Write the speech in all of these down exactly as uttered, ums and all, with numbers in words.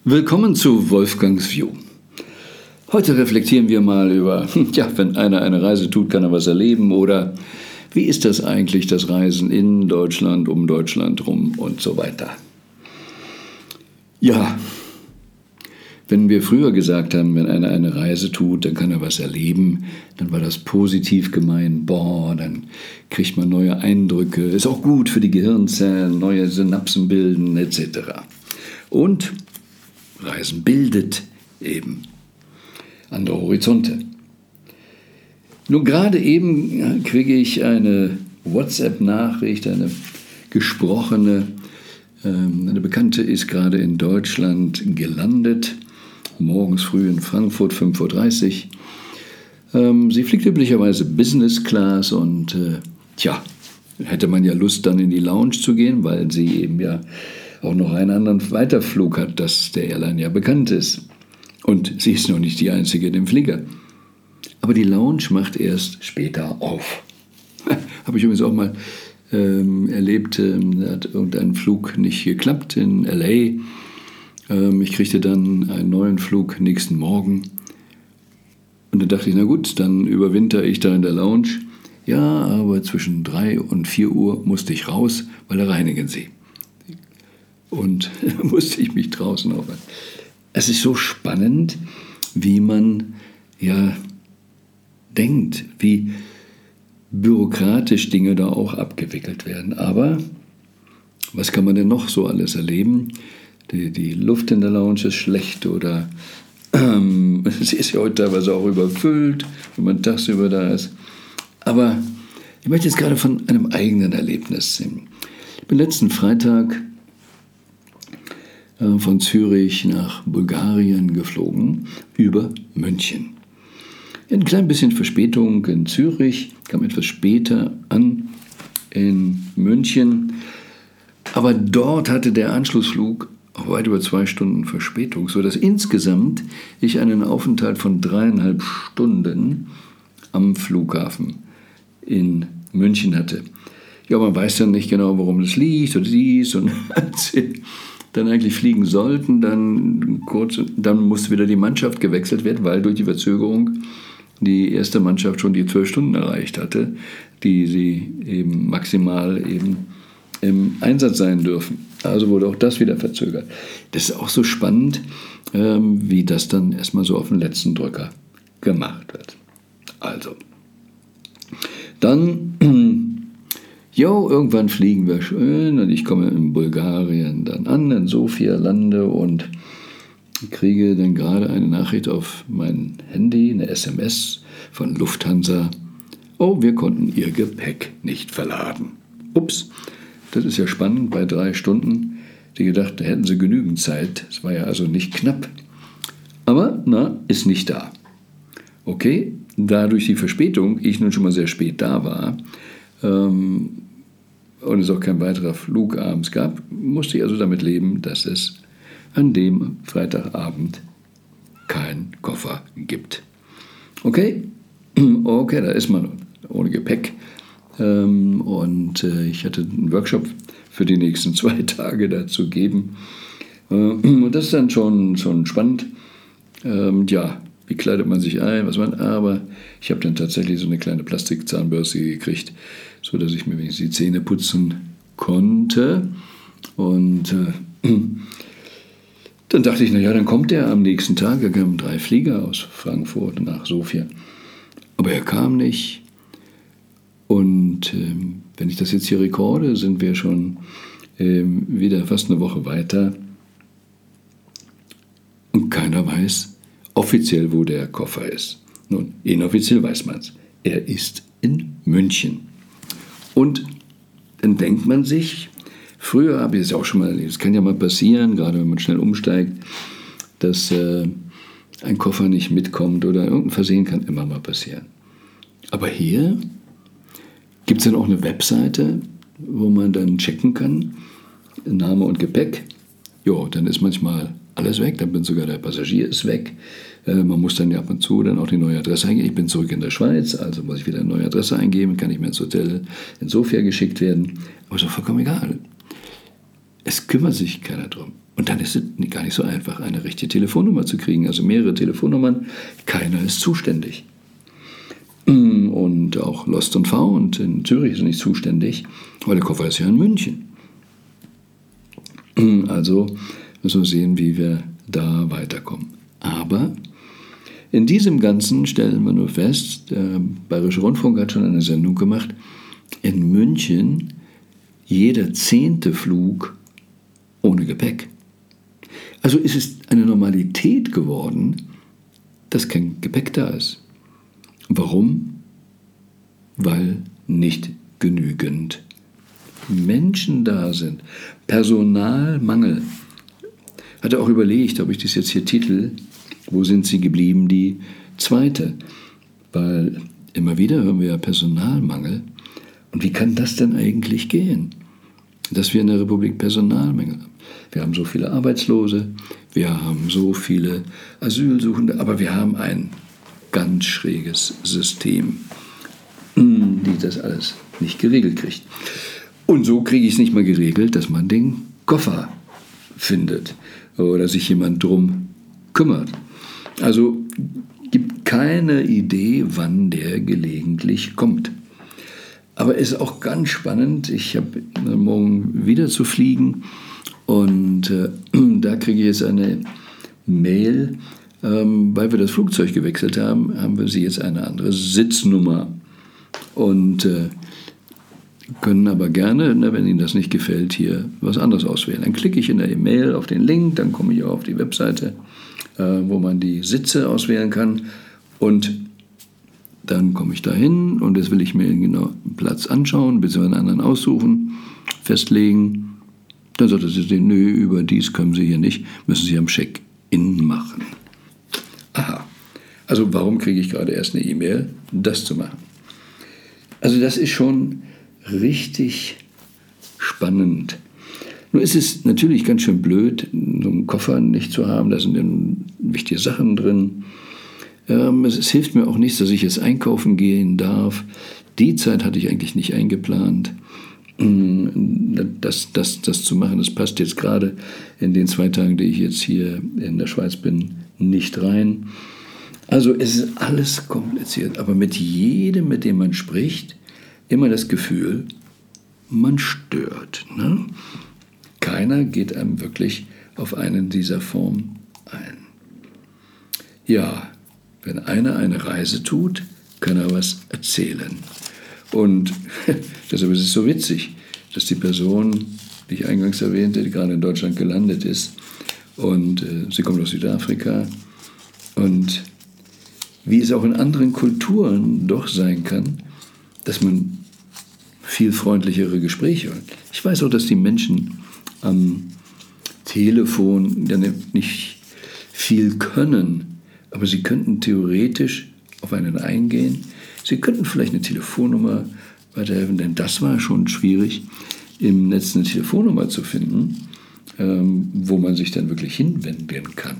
Willkommen zu Wolfgangs View. Heute reflektieren wir mal über, ja, wenn einer eine Reise tut, kann er was erleben, oder wie ist das eigentlich, das Reisen in Deutschland, um Deutschland rum und so weiter. Ja, wenn wir früher gesagt haben, wenn einer eine Reise tut, dann kann er was erleben, dann war das positiv gemeint, boah, dann kriegt man neue Eindrücke, ist auch gut für die Gehirnzellen, neue Synapsen bilden et cetera. Und Reisen bildet eben andere Horizonte. Nun, gerade eben ja, kriege ich eine WhatsApp-Nachricht, eine gesprochene. Ähm, eine Bekannte ist gerade in Deutschland gelandet, morgens früh in Frankfurt, fünf Uhr dreißig. Ähm, sie fliegt üblicherweise Business Class und äh, tja, hätte man ja Lust, dann in die Lounge zu gehen, weil sie eben ja auch noch einen anderen Weiterflug hat, das der Airline ja bekannt ist. Und sie ist noch nicht die Einzige in dem Flieger. Aber die Lounge macht erst später auf. Habe ich übrigens auch mal ähm, erlebt, ähm, da hat irgendein Flug nicht geklappt in L A. Ähm, ich kriegte dann einen neuen Flug nächsten Morgen. Und dann dachte ich, na gut, dann überwinter ich da in der Lounge. Ja, aber zwischen drei und vier Uhr musste ich raus, weil da reinigen sie. Und da musste ich mich draußen aufhalten. Es ist so spannend, wie man ja denkt, wie bürokratisch Dinge da auch abgewickelt werden. Aber was kann man denn noch so alles erleben? Die, die Luft in der Lounge ist schlecht oder ähm, sie ist ja heute teilweise auch überfüllt, wenn man tagsüber da ist. Aber ich möchte jetzt gerade von einem eigenen Erlebnis sehen. Ich bin letzten Freitag von Zürich nach Bulgarien geflogen, über München. Ein klein bisschen Verspätung in Zürich, kam etwas später an in München, aber dort hatte der Anschlussflug auch weit über zwei Stunden Verspätung, sodass insgesamt ich einen Aufenthalt von dreieinhalb Stunden am Flughafen in München hatte. Ja, man weiß dann nicht genau, warum das liegt oder dies und dann eigentlich fliegen sollten, dann, kurz, dann musste wieder die Mannschaft gewechselt werden, weil durch die Verzögerung die erste Mannschaft schon die zwölf Stunden erreicht hatte, die sie eben maximal eben im Einsatz sein dürfen. Also wurde auch das wieder verzögert. Das ist auch so spannend, ähm, wie das dann erstmal so auf den letzten Drücker gemacht wird. Also, dann Jo, irgendwann fliegen wir schön und ich komme in Bulgarien dann an, in Sofia lande und kriege dann gerade eine Nachricht auf mein Handy, eine S M S von Lufthansa. Oh, wir konnten Ihr Gepäck nicht verladen. Ups, das ist ja spannend, bei drei Stunden. Die gedacht, da hätten sie genügend Zeit. Es war ja also nicht knapp. Aber, na, ist nicht da. Okay, da durch die Verspätung ich nun schon mal sehr spät da war, ähm, und es auch kein weiterer Flug abends gab, musste ich also damit leben, dass es an dem Freitagabend keinen Koffer gibt. Okay, okay, da ist man ohne Gepäck. Ähm, und äh, ich hatte einen Workshop für die nächsten zwei Tage dazu geben. Äh, und das ist dann schon, schon spannend. Ähm, ja, wie kleidet man sich ein, was man, aber ich habe dann tatsächlich so eine kleine Plastikzahnbürste gekriegt, so dass ich mir wenigstens die Zähne putzen konnte. Und äh, dann dachte ich, naja, dann kommt er am nächsten Tag. Er kamen drei Flieger aus Frankfurt nach Sofia. Aber er kam nicht. Und äh, wenn ich das jetzt hier rekorde, sind wir schon äh, wieder fast eine Woche weiter. Und keiner weiß offiziell, wo der Koffer ist. Nun, inoffiziell weiß man es. Er ist in München. Und dann denkt man sich, früher habe ich es auch schon mal erlebt, es kann ja mal passieren, gerade wenn man schnell umsteigt, dass äh, ein Koffer nicht mitkommt oder irgendein Versehen kann immer mal passieren. Aber hier gibt es dann auch eine Webseite, wo man dann checken kann, Name und Gepäck. Jo, dann ist manchmal alles weg, dann bin sogar der Passagier ist weg. Äh, man muss dann ja ab und zu dann auch die neue Adresse eingeben. Ich bin zurück in der Schweiz, also muss ich wieder eine neue Adresse eingeben, kann ich mir ins Hotel in Sofia geschickt werden. Aber ist doch vollkommen egal. Es kümmert sich keiner drum. Und dann ist es gar nicht so einfach, eine richtige Telefonnummer zu kriegen. Also mehrere Telefonnummern, keiner ist zuständig. Und auch Lost und Found in Zürich ist nicht zuständig, weil der Koffer ist ja in München. Also müssen wir sehen, wie wir da weiterkommen. Aber in diesem Ganzen stellen wir nur fest, der Bayerische Rundfunk hat schon eine Sendung gemacht, in München jeder zehnte Flug ohne Gepäck. Also ist es eine Normalität geworden, dass kein Gepäck da ist. Warum? Weil nicht genügend Menschen da sind. Personalmangel. Hatte auch überlegt, ob ich das jetzt hier titel, wo sind sie geblieben, die zweite. Weil immer wieder hören wir ja Personalmangel. Und wie kann das denn eigentlich gehen, dass wir in der Republik Personalmangel haben? Wir haben so viele Arbeitslose, wir haben so viele Asylsuchende, aber wir haben ein ganz schräges System, die das alles nicht geregelt kriegt. Und so kriege ich es nicht mal geregelt, dass man den Koffer findet oder sich jemand drum kümmert. Also gibt keine Idee, wann der gelegentlich kommt. Aber es ist auch ganz spannend, ich habe morgen wieder zu fliegen und äh, da kriege ich jetzt eine Mail, ähm, weil wir das Flugzeug gewechselt haben, haben wir sie jetzt eine andere Sitznummer und äh, können aber gerne, ne, wenn Ihnen das nicht gefällt, hier was anderes auswählen. Dann klicke ich in der E-Mail auf den Link, dann komme ich auch auf die Webseite, äh, wo man die Sitze auswählen kann und dann komme ich da hin und jetzt will ich mir genau einen Platz anschauen, beziehungsweise einen anderen aussuchen, festlegen. Dann sagt er, nö, überdies können Sie hier nicht, müssen Sie am Check-in machen. Aha, also warum kriege ich gerade erst eine E-Mail, das zu machen? Also das ist schon richtig spannend. Nur ist es natürlich ganz schön blöd, so einen Koffer nicht zu haben, da sind dann wichtige Sachen drin. Ähm, es, es hilft mir auch nichts, dass ich jetzt einkaufen gehen darf. Die Zeit hatte ich eigentlich nicht eingeplant, das, das, das zu machen. Das passt jetzt gerade in den zwei Tagen, die ich jetzt hier in der Schweiz bin, nicht rein. Also es ist alles kompliziert, aber mit jedem, mit dem man spricht, immer das Gefühl, man stört. Ne? Keiner geht einem wirklich auf einen dieser Formen ein. Ja, wenn einer eine Reise tut, kann er was erzählen. Und deshalb ist es so witzig, dass die Person, die ich eingangs erwähnte, die gerade in Deutschland gelandet ist, und äh, sie kommt aus Südafrika, und wie es auch in anderen Kulturen doch sein kann, dass man viel freundlichere Gespräche hört. Ich weiß auch, dass die Menschen am Telefon ja nicht viel können, aber sie könnten theoretisch auf einen eingehen. Sie könnten vielleicht eine Telefonnummer weiterhelfen, denn das war schon schwierig, im Netz eine Telefonnummer zu finden, ähm, wo man sich dann wirklich hinwenden kann.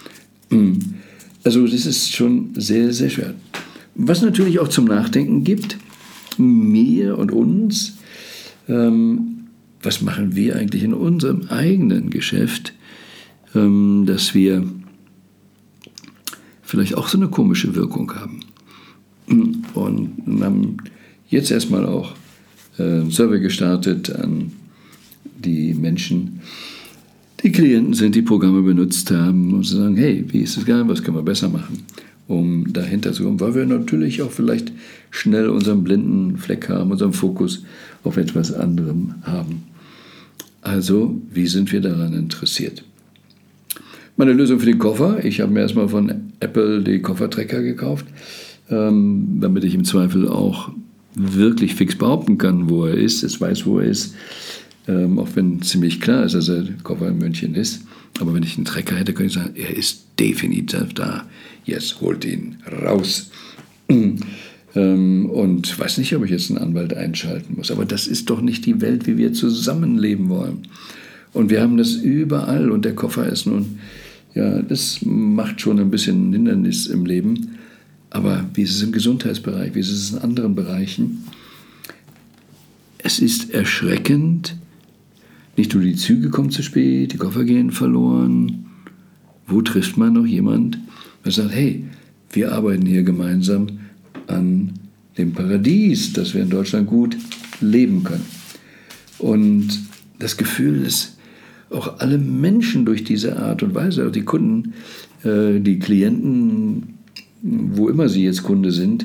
Also das ist schon sehr, sehr schwer. Was natürlich auch zum Nachdenken gibt, mir und uns, ähm, was machen wir eigentlich in unserem eigenen Geschäft, ähm, dass wir vielleicht auch so eine komische Wirkung haben. Und haben jetzt erstmal auch äh, einen Survey gestartet an die Menschen, die Klienten sind, die Programme benutzt haben, und zu sagen, hey, wie ist es gegangen, was können wir besser machen, um dahinter zu kommen, weil wir natürlich auch vielleicht schnell unseren blinden Fleck haben, unseren Fokus auf etwas anderem haben. Also, wie sind wir daran interessiert? Meine Lösung für den Koffer, ich habe mir erstmal von Apple die Kofferträger gekauft, ähm, damit ich im Zweifel auch wirklich fix behaupten kann, wo er ist. Ich weiß, wo er ist, ähm, auch wenn ziemlich klar ist, dass der Koffer in München ist. Aber wenn ich einen Trecker hätte, könnte ich sagen, er ist definitiv da. Jetzt holt ihn raus. ähm, und weiß nicht, ob ich jetzt einen Anwalt einschalten muss. Aber das ist doch nicht die Welt, wie wir zusammenleben wollen. Und wir haben das überall. Und der Koffer ist nun, ja, das macht schon ein bisschen ein Hindernis im Leben. Aber wie ist es im Gesundheitsbereich, wie ist es in anderen Bereichen? Es ist erschreckend, Nicht nur die Züge kommen zu spät, die Koffer gehen verloren. Wo trifft man noch jemand, der sagt, hey, wir arbeiten hier gemeinsam an dem Paradies, dass wir in Deutschland gut leben können. Und das Gefühl, dass auch alle Menschen durch diese Art und Weise, auch die Kunden, äh, die Klienten, wo immer sie jetzt Kunde sind,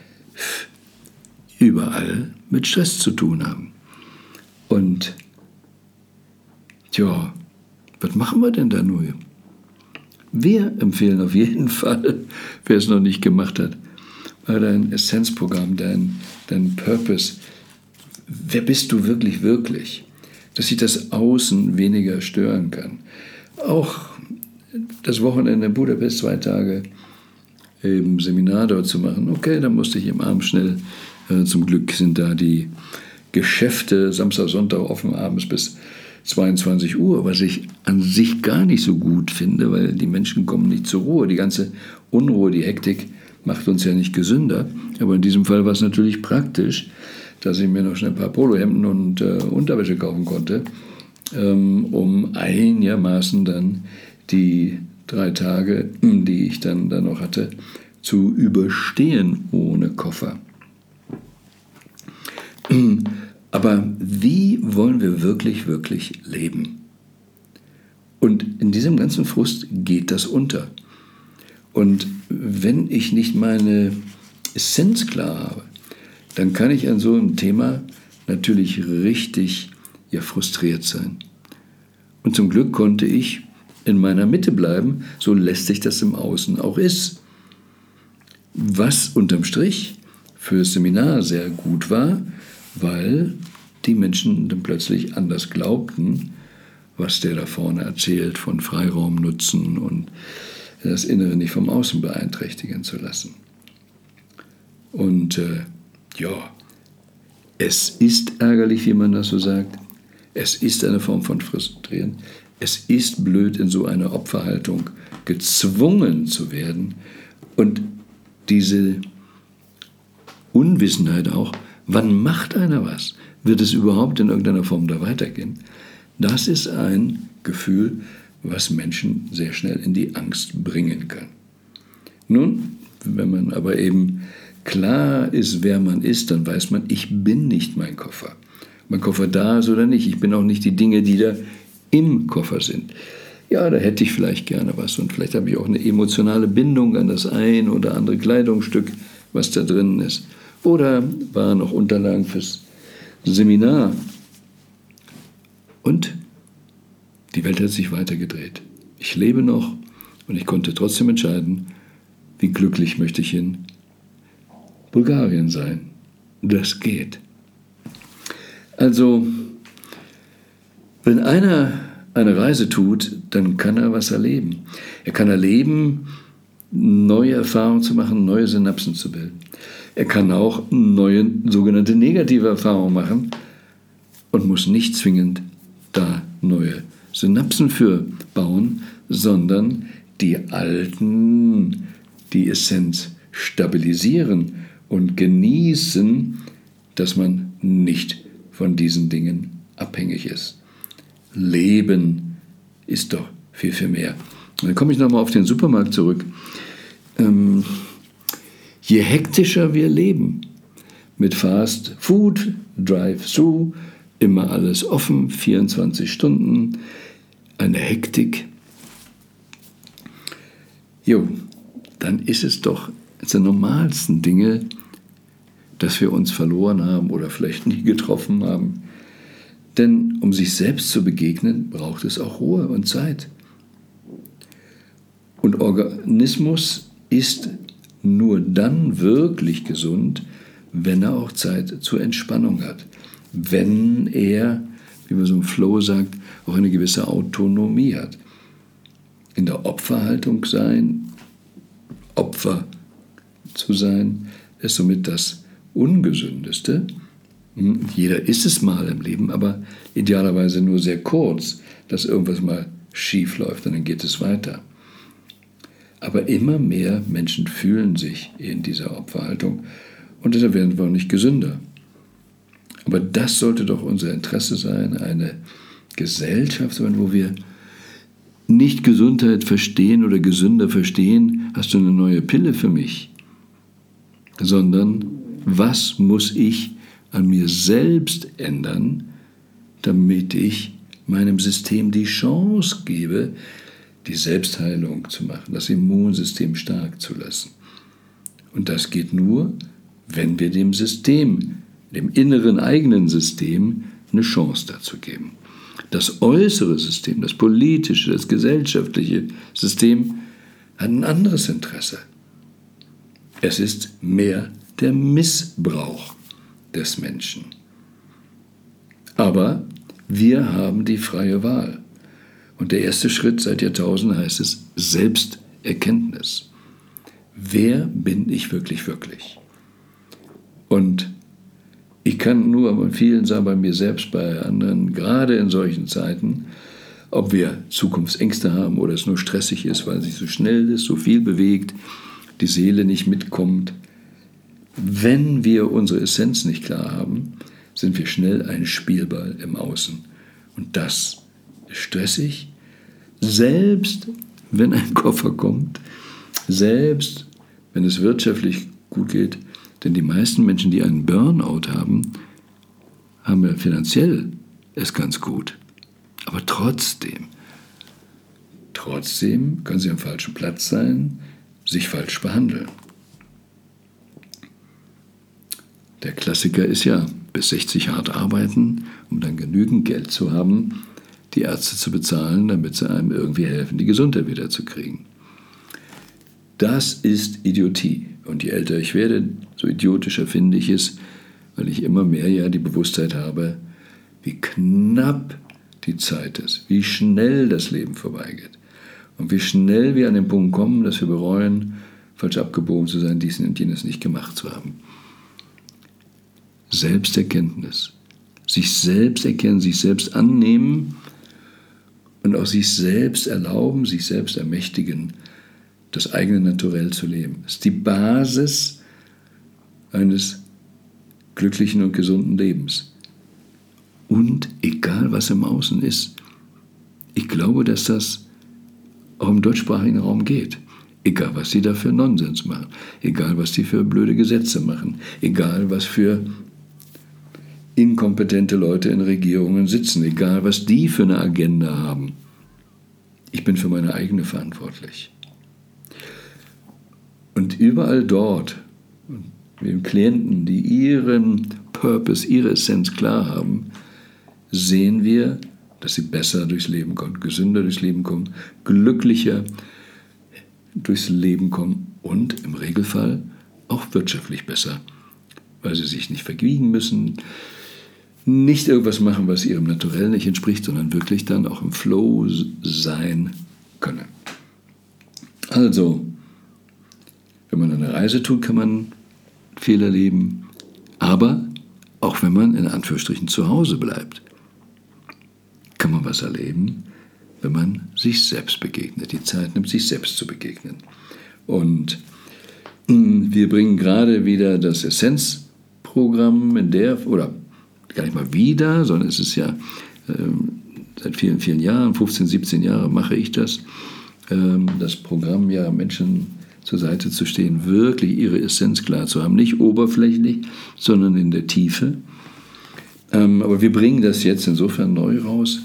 überall mit Stress zu tun haben. Und tja, was machen wir denn da nur? Wir empfehlen auf jeden Fall, wer es noch nicht gemacht hat, mal dein Essenzprogramm, dein, dein Purpose. Wer bist du wirklich, wirklich? Dass sich das Außen weniger stören kann. Auch das Wochenende in Budapest, zwei Tage im Seminar dort zu machen. Okay, da musste ich im Abend schnell, äh, zum Glück sind da die Geschäfte Samstag, Sonntag offen, abends bis zweiundzwanzig Uhr, was ich an sich gar nicht so gut finde, weil die Menschen kommen nicht zur Ruhe. Die ganze Unruhe, die Hektik macht uns ja nicht gesünder. Aber in diesem Fall war es natürlich praktisch, dass ich mir noch schnell ein paar Polohemden und äh, Unterwäsche kaufen konnte, ähm, um einigermaßen dann die drei Tage, die ich dann, dann noch hatte, zu überstehen ohne Koffer. Aber wie wollen wir wirklich, wirklich leben? Und in diesem ganzen Frust geht das unter. Und wenn ich nicht meine Essenz klar habe, dann kann ich an so einem Thema natürlich richtig ja, frustriert sein. Und zum Glück konnte ich in meiner Mitte bleiben, so lästig das im Außen auch ist. Was unterm Strich für das Seminar sehr gut war, weil die Menschen dann plötzlich anders glaubten, was der da vorne erzählt, von Freiraum nutzen und das Innere nicht vom Außen beeinträchtigen zu lassen. Und äh, ja, es ist ärgerlich, wie man das so sagt. Es ist eine Form von Frustrieren. Es ist blöd, in so einer Opferhaltung gezwungen zu werden. Und diese Unwissenheit auch, wann macht einer was? Wird es überhaupt in irgendeiner Form da weitergehen? Das ist ein Gefühl, was Menschen sehr schnell in die Angst bringen kann. Nun, wenn man aber eben klar ist, wer man ist, dann weiß man, ich bin nicht mein Koffer. Mein Koffer da ist oder nicht. Ich bin auch nicht die Dinge, die da im Koffer sind. Ja, da hätte ich vielleicht gerne was und vielleicht habe ich auch eine emotionale Bindung an das ein oder andere Kleidungsstück, was da drin ist. Oder waren noch Unterlagen fürs Seminar. Und die Welt hat sich weitergedreht. Ich lebe noch und ich konnte trotzdem entscheiden, wie glücklich möchte ich in Bulgarien sein. Das geht. Also, wenn einer eine Reise tut, dann kann er was erleben. Er kann erleben, neue Erfahrungen zu machen, neue Synapsen zu bilden. Er kann auch neue sogenannte negative Erfahrungen machen und muss nicht zwingend da neue Synapsen für bauen, sondern die alten, die Essenz stabilisieren und genießen, dass man nicht von diesen Dingen abhängig ist. Leben ist doch viel, viel mehr. Und dann komme ich nochmal auf den Supermarkt zurück. Ähm, je hektischer wir leben, mit Fast Food, Drive-Thru, immer alles offen, vierundzwanzig Stunden, eine Hektik, jo, dann ist es doch eines der normalsten Dinge, dass wir uns verloren haben oder vielleicht nie getroffen haben. Denn um sich selbst zu begegnen, braucht es auch Ruhe und Zeit. Und Organismus ist nur dann wirklich gesund, wenn er auch Zeit zur Entspannung hat. Wenn er, wie man so im Flow sagt, auch eine gewisse Autonomie hat. In der Opferhaltung sein, Opfer zu sein, ist somit das Ungesündeste. Jeder ist es mal im Leben, aber idealerweise nur sehr kurz, dass irgendwas mal schief läuft und dann geht es weiter. Aber immer mehr Menschen fühlen sich in dieser Opferhaltung und deshalb werden wir auch nicht gesünder. Aber das sollte doch unser Interesse sein, eine Gesellschaft, sondern wo wir nicht Gesundheit verstehen oder gesünder verstehen, hast du eine neue Pille für mich, sondern was muss ich an mir selbst ändern, damit ich meinem System die Chance gebe, die Selbstheilung zu machen, das Immunsystem stark zu lassen. Und das geht nur, wenn wir dem System, dem inneren eigenen System, eine Chance dazu geben. Das äußere System, das politische, das gesellschaftliche System hat ein anderes Interesse. Es ist mehr der Missbrauch des Menschen. Aber wir haben die freie Wahl. Und der erste Schritt seit Jahrtausenden heißt es Selbsterkenntnis. Wer bin ich wirklich, wirklich? Und ich kann nur bei vielen sagen, bei mir selbst, bei anderen, gerade in solchen Zeiten, ob wir Zukunftsängste haben oder es nur stressig ist, weil es sich so schnell ist, so viel bewegt, die Seele nicht mitkommt. Wenn wir unsere Essenz nicht klar haben, sind wir schnell ein Spielball im Außen. Und das ist stressig, selbst wenn ein Koffer kommt, selbst wenn es wirtschaftlich gut geht. Denn die meisten Menschen, die einen Burnout haben, haben ja finanziell es ganz gut. Aber trotzdem, trotzdem können sie am falschen Platz sein, sich falsch behandeln. Der Klassiker ist ja, bis sechzig hart arbeiten, um dann genügend Geld zu haben, die Ärzte zu bezahlen, damit sie einem irgendwie helfen, die Gesundheit wiederzukriegen. Das ist Idiotie. Und je älter ich werde, so idiotischer finde ich es, weil ich immer mehr ja die Bewusstheit habe, wie knapp die Zeit ist, wie schnell das Leben vorbeigeht und wie schnell wir an den Punkt kommen, dass wir bereuen, falsch abgebogen zu sein, dies und jenes nicht gemacht zu haben. Selbsterkenntnis. Sich selbst erkennen, sich selbst annehmen und auch sich selbst erlauben, sich selbst ermächtigen, das eigene Naturell zu leben. Das ist die Basis eines glücklichen und gesunden Lebens. Und egal, was im Außen ist, ich glaube, dass das auch im deutschsprachigen Raum geht. Egal, was die da für Nonsens machen, egal, was die für blöde Gesetze machen, egal, was für inkompetente Leute in Regierungen sitzen, egal, was die für eine Agenda haben. Ich bin für meine eigene verantwortlich. Und überall dort, mit den Klienten, die ihren Purpose, ihre Essenz klar haben, sehen wir, dass sie besser durchs Leben kommen, gesünder durchs Leben kommen, glücklicher durchs Leben kommen und im Regelfall auch wirtschaftlich besser, weil sie sich nicht verbiegen müssen, nicht irgendwas machen, was ihrem Naturell nicht entspricht, sondern wirklich dann auch im Flow sein können. Also, wenn man eine Reise tut, kann man viel erleben, aber auch wenn man in Anführungsstrichen zu Hause bleibt, kann man was erleben, wenn man sich selbst begegnet, die Zeit nimmt, sich selbst zu begegnen. Und wir bringen gerade wieder das Essenzprogramm in der, oder gar nicht mal wieder, sondern es ist ja ähm, seit vielen, vielen Jahren, fünfzehn, siebzehn Jahre mache ich das, ähm, das Programm ja Menschen zur Seite zu stehen, wirklich ihre Essenz klar zu haben, nicht oberflächlich, sondern in der Tiefe. Ähm, aber wir bringen das jetzt insofern neu raus,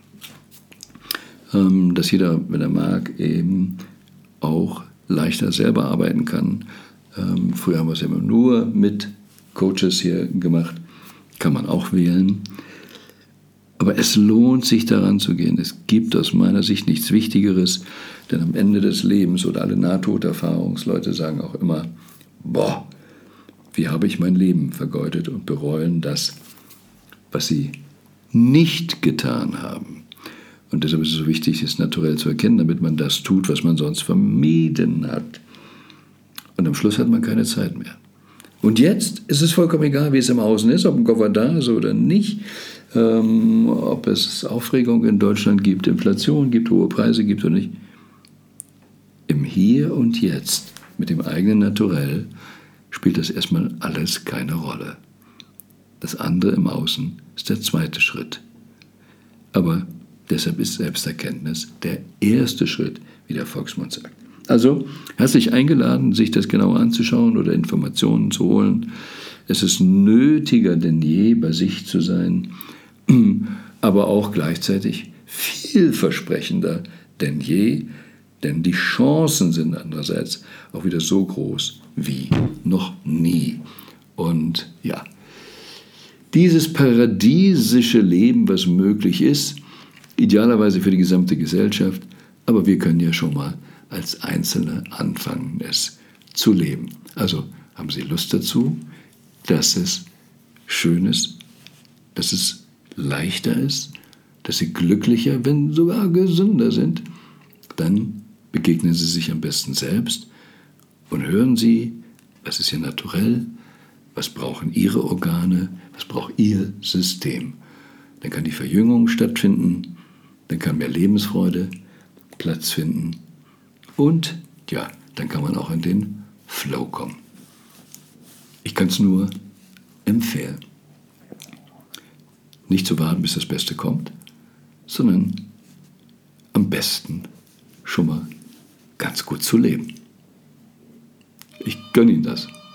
ähm, dass jeder, wenn er mag, eben auch leichter selber arbeiten kann. Ähm, früher haben wir es immer nur mit Coaches hier gemacht, kann man auch wählen. Aber es lohnt sich, daran zu gehen. Es gibt aus meiner Sicht nichts Wichtigeres, denn am Ende des Lebens oder alle Nahtoderfahrungsleute sagen auch immer, boah, wie habe ich mein Leben vergeudet und bereuen das, was sie nicht getan haben. Und deshalb ist es so wichtig, es naturell zu erkennen, damit man das tut, was man sonst vermieden hat. Und am Schluss hat man keine Zeit mehr. Und jetzt ist es vollkommen egal, wie es im Außen ist, ob ein Koffer da ist oder nicht, ähm, ob es Aufregung in Deutschland gibt, Inflation gibt, hohe Preise gibt oder nicht. Im Hier und Jetzt, mit dem eigenen Naturell, spielt das erstmal alles keine Rolle. Das andere im Außen ist der zweite Schritt. Aber Deshalb ist Selbsterkenntnis der erste Schritt, wie der Volksmund sagt. Also herzlich eingeladen, sich das genauer anzuschauen oder Informationen zu holen. Es ist nötiger denn je, bei sich zu sein, aber auch gleichzeitig vielversprechender denn je, denn die Chancen sind andererseits auch wieder so groß wie noch nie. Und ja, dieses paradiesische Leben, was möglich ist, idealerweise für die gesamte Gesellschaft, aber wir können ja schon mal als Einzelne anfangen, es zu leben. Also haben Sie Lust dazu, dass es schön ist, dass es leichter ist, dass Sie glücklicher, wenn sogar gesünder sind? Dann begegnen Sie sich am besten selbst und hören Sie, was ist hier naturell, was brauchen Ihre Organe, was braucht Ihr System. Dann kann die Verjüngung stattfinden, dann kann mehr Lebensfreude Platz finden und ja, dann kann man auch in den Flow kommen. Ich kann es nur empfehlen. Nicht zu warten, bis das Beste kommt, sondern am besten schon mal ganz gut zu leben. Ich gönne Ihnen das.